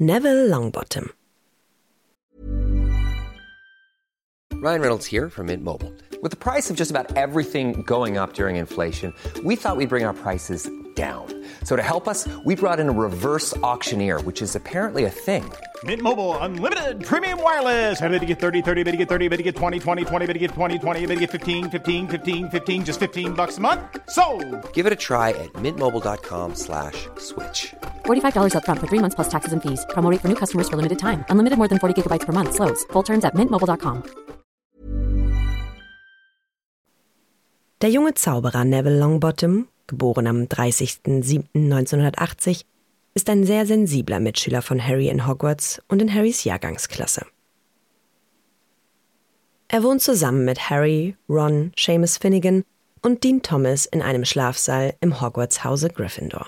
Neville Longbottom. Ryan Reynolds here from Mint Mobile. With the price of just about everything going up during inflation, we thought we'd bring our prices down. So to help us, we brought in a reverse auctioneer, which is apparently a thing. Mint Mobile Unlimited Premium Wireless. How to get 30, 30, bit to get 30, bit to get 20, 20, 20, bit to get 20, 20, bit to get 15, 15, 15, 15, just $15 a month? Sold! Give it a try at mintmobile.com/switch. $45 up front for 3 months plus taxes and fees. Promo rate for new customers for limited time. Unlimited more than 40 gigabytes per month. Slows full terms at mintmobile.com. Der junge Zauberer Neville Longbottom, geboren am 30.07.1980, ist ein sehr sensibler Mitschüler von Harry in Hogwarts und in Harrys Jahrgangsklasse. Er wohnt zusammen mit Harry, Ron, Seamus Finnegan und Dean Thomas in einem Schlafsaal im Hogwarts-Hause Gryffindor.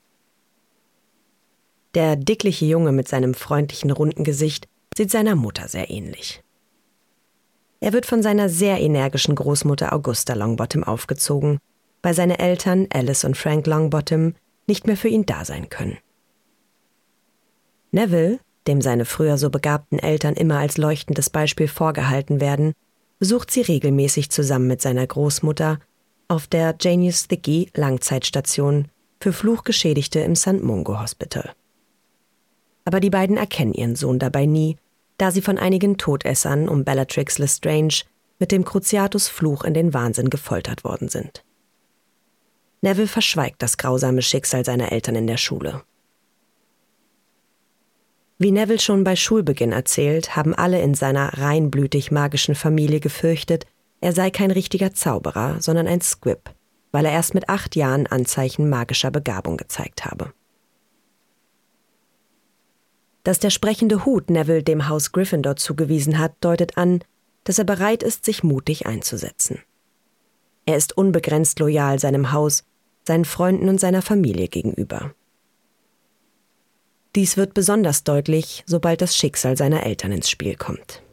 Der dickliche Junge mit seinem freundlichen, runden Gesicht sieht seiner Mutter sehr ähnlich. Er wird von seiner sehr energischen Großmutter Augusta Longbottom aufgezogen, weil seine Eltern Alice und Frank Longbottom nicht mehr für ihn da sein können. Neville, dem seine früher so begabten Eltern immer als leuchtendes Beispiel vorgehalten werden, besucht sie regelmäßig zusammen mit seiner Großmutter auf der Janus Thicky Langzeitstation für Fluchgeschädigte im St. Mungo Hospital. Aber die beiden erkennen ihren Sohn dabei nie, da sie von einigen Todessern um Bellatrix Lestrange mit dem Cruciatus-Fluch in den Wahnsinn gefoltert worden sind. Neville verschweigt das grausame Schicksal seiner Eltern in der Schule. Wie Neville schon bei Schulbeginn erzählt, haben alle in seiner reinblütig magischen Familie gefürchtet, er sei kein richtiger Zauberer, sondern ein Squib, weil er erst mit 8 Jahren Anzeichen magischer Begabung gezeigt habe. Dass der sprechende Hut Neville dem Haus Gryffindor zugewiesen hat, deutet an, dass er bereit ist, sich mutig einzusetzen. Er ist unbegrenzt loyal seinem Haus, seinen Freunden und seiner Familie gegenüber. Dies wird besonders deutlich, sobald das Schicksal seiner Eltern ins Spiel kommt.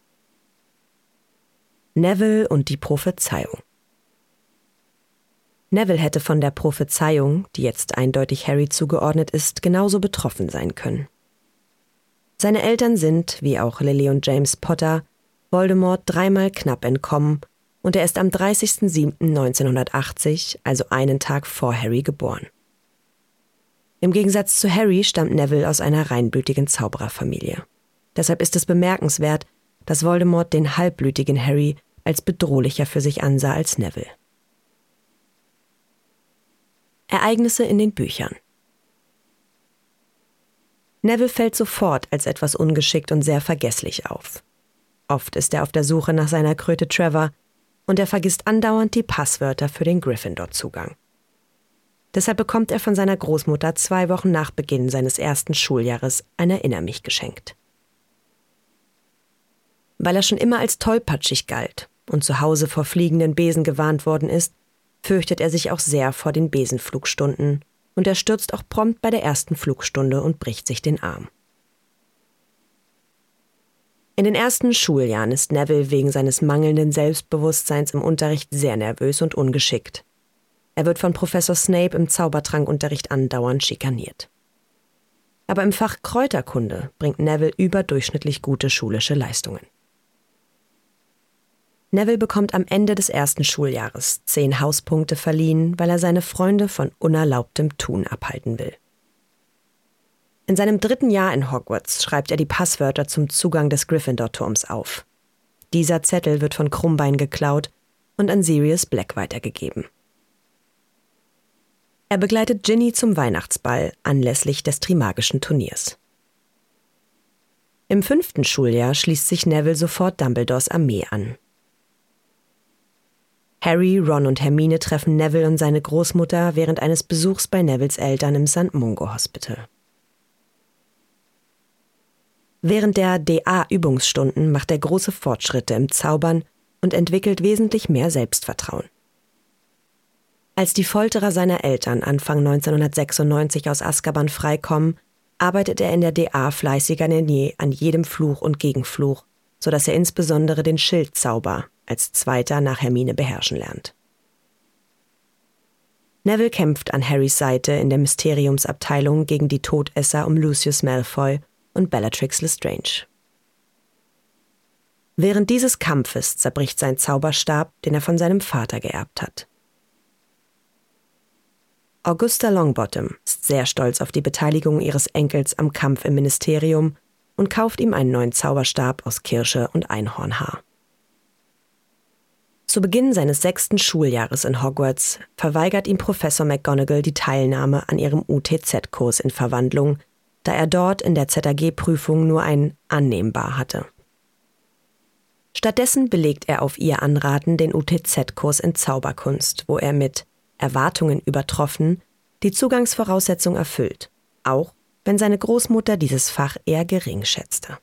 Neville und die Prophezeiung. Neville hätte von der Prophezeiung, die jetzt eindeutig Harry zugeordnet ist, genauso betroffen sein können. Seine Eltern sind, wie auch Lily und James Potter, Voldemort 3-mal knapp entkommen und er ist am 30.07.1980, also einen Tag vor Harry, geboren. Im Gegensatz zu Harry stammt Neville aus einer reinblütigen Zaubererfamilie. Deshalb ist es bemerkenswert, dass Voldemort den halbblütigen Harry als bedrohlicher für sich ansah als Neville. Ereignisse in den Büchern. Neville fällt sofort als etwas ungeschickt und sehr vergesslich auf. Oft ist er auf der Suche nach seiner Kröte Trevor und er vergisst andauernd die Passwörter für den Gryffindor-Zugang. Deshalb bekommt er von seiner Großmutter 2 Wochen nach Beginn seines ersten Schuljahres ein Erinnermich geschenkt. Weil er schon immer als tollpatschig galt und zu Hause vor fliegenden Besen gewarnt worden ist, fürchtet er sich auch sehr vor den Besenflugstunden und er stürzt auch prompt bei der ersten Flugstunde und bricht sich den Arm. In den ersten Schuljahren ist Neville wegen seines mangelnden Selbstbewusstseins im Unterricht sehr nervös und ungeschickt. Er wird von Professor Snape im Zaubertrankunterricht andauernd schikaniert. Aber im Fach Kräuterkunde bringt Neville überdurchschnittlich gute schulische Leistungen. Neville bekommt am Ende des ersten Schuljahres 10 Hauspunkte verliehen, weil er seine Freunde von unerlaubtem Tun abhalten will. In seinem 3. Jahr in Hogwarts schreibt er die Passwörter zum Zugang des Gryffindor-Turms auf. Dieser Zettel wird von Krummbein geklaut und an Sirius Black weitergegeben. Er begleitet Ginny zum Weihnachtsball anlässlich des Trimagischen Turniers. Im 5. Schuljahr schließt sich Neville sofort Dumbledores Armee an. Harry, Ron und Hermine treffen Neville und seine Großmutter während eines Besuchs bei Nevilles Eltern im St. Mungo Hospital. Während der DA-Übungsstunden macht er große Fortschritte im Zaubern und entwickelt wesentlich mehr Selbstvertrauen. Als die Folterer seiner Eltern Anfang 1996 aus Azkaban freikommen, arbeitet er in der DA fleißiger denn je an jedem Fluch und Gegenfluch, sodass er insbesondere den Schildzauber als Zweiter nach Hermine beherrschen lernt. Neville kämpft an Harrys Seite in der Mysteriumsabteilung gegen die Todesser um Lucius Malfoy und Bellatrix Lestrange. Während dieses Kampfes zerbricht sein Zauberstab, den er von seinem Vater geerbt hat. Augusta Longbottom ist sehr stolz auf die Beteiligung ihres Enkels am Kampf im Ministerium und kauft ihm einen neuen Zauberstab aus Kirsche und Einhornhaar. Zu Beginn seines 6. Schuljahres in Hogwarts verweigert ihm Professor McGonagall die Teilnahme an ihrem UTZ-Kurs in Verwandlung, da er dort in der ZAG-Prüfung nur ein Annehmbar hatte. Stattdessen belegt er auf ihr Anraten den UTZ-Kurs in Zauberkunst, wo er mit Erwartungen übertroffen die Zugangsvoraussetzung erfüllt, auch wenn seine Großmutter dieses Fach eher gering schätzte.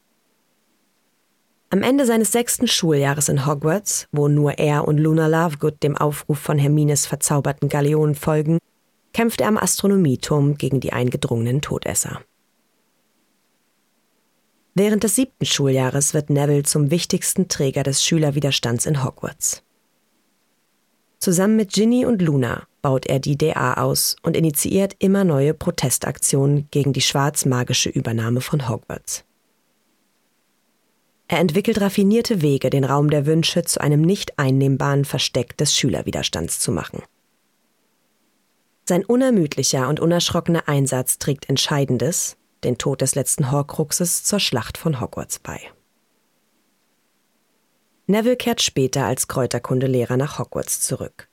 Am Ende seines 6. Schuljahres in Hogwarts, wo nur er und Luna Lovegood dem Aufruf von Hermines verzauberten Galeonen folgen, kämpft er am Astronomieturm gegen die eingedrungenen Todesser. Während des 7. Schuljahres wird Neville zum wichtigsten Träger des Schülerwiderstands in Hogwarts. Zusammen mit Ginny und Luna baut er die DA aus und initiiert immer neue Protestaktionen gegen die schwarzmagische Übernahme von Hogwarts. Er entwickelt raffinierte Wege, den Raum der Wünsche zu einem nicht einnehmbaren Versteck des Schülerwiderstands zu machen. Sein unermüdlicher und unerschrockener Einsatz trägt Entscheidendes, den Tod des letzten Horcruxes, zur Schlacht von Hogwarts bei. Neville kehrt später als Kräuterkundelehrer nach Hogwarts zurück.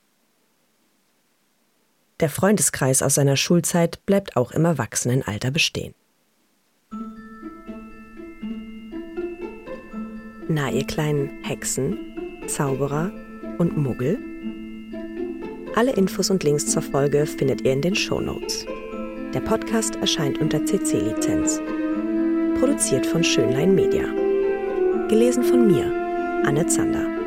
Der Freundeskreis aus seiner Schulzeit bleibt auch im Erwachsenenalter bestehen. Na, ihr kleinen Hexen, Zauberer und Muggel? Alle Infos und Links zur Folge findet ihr in den Shownotes. Der Podcast erscheint unter CC-Lizenz. Produziert von Schönlein Media. Gelesen von mir, Anne Zander.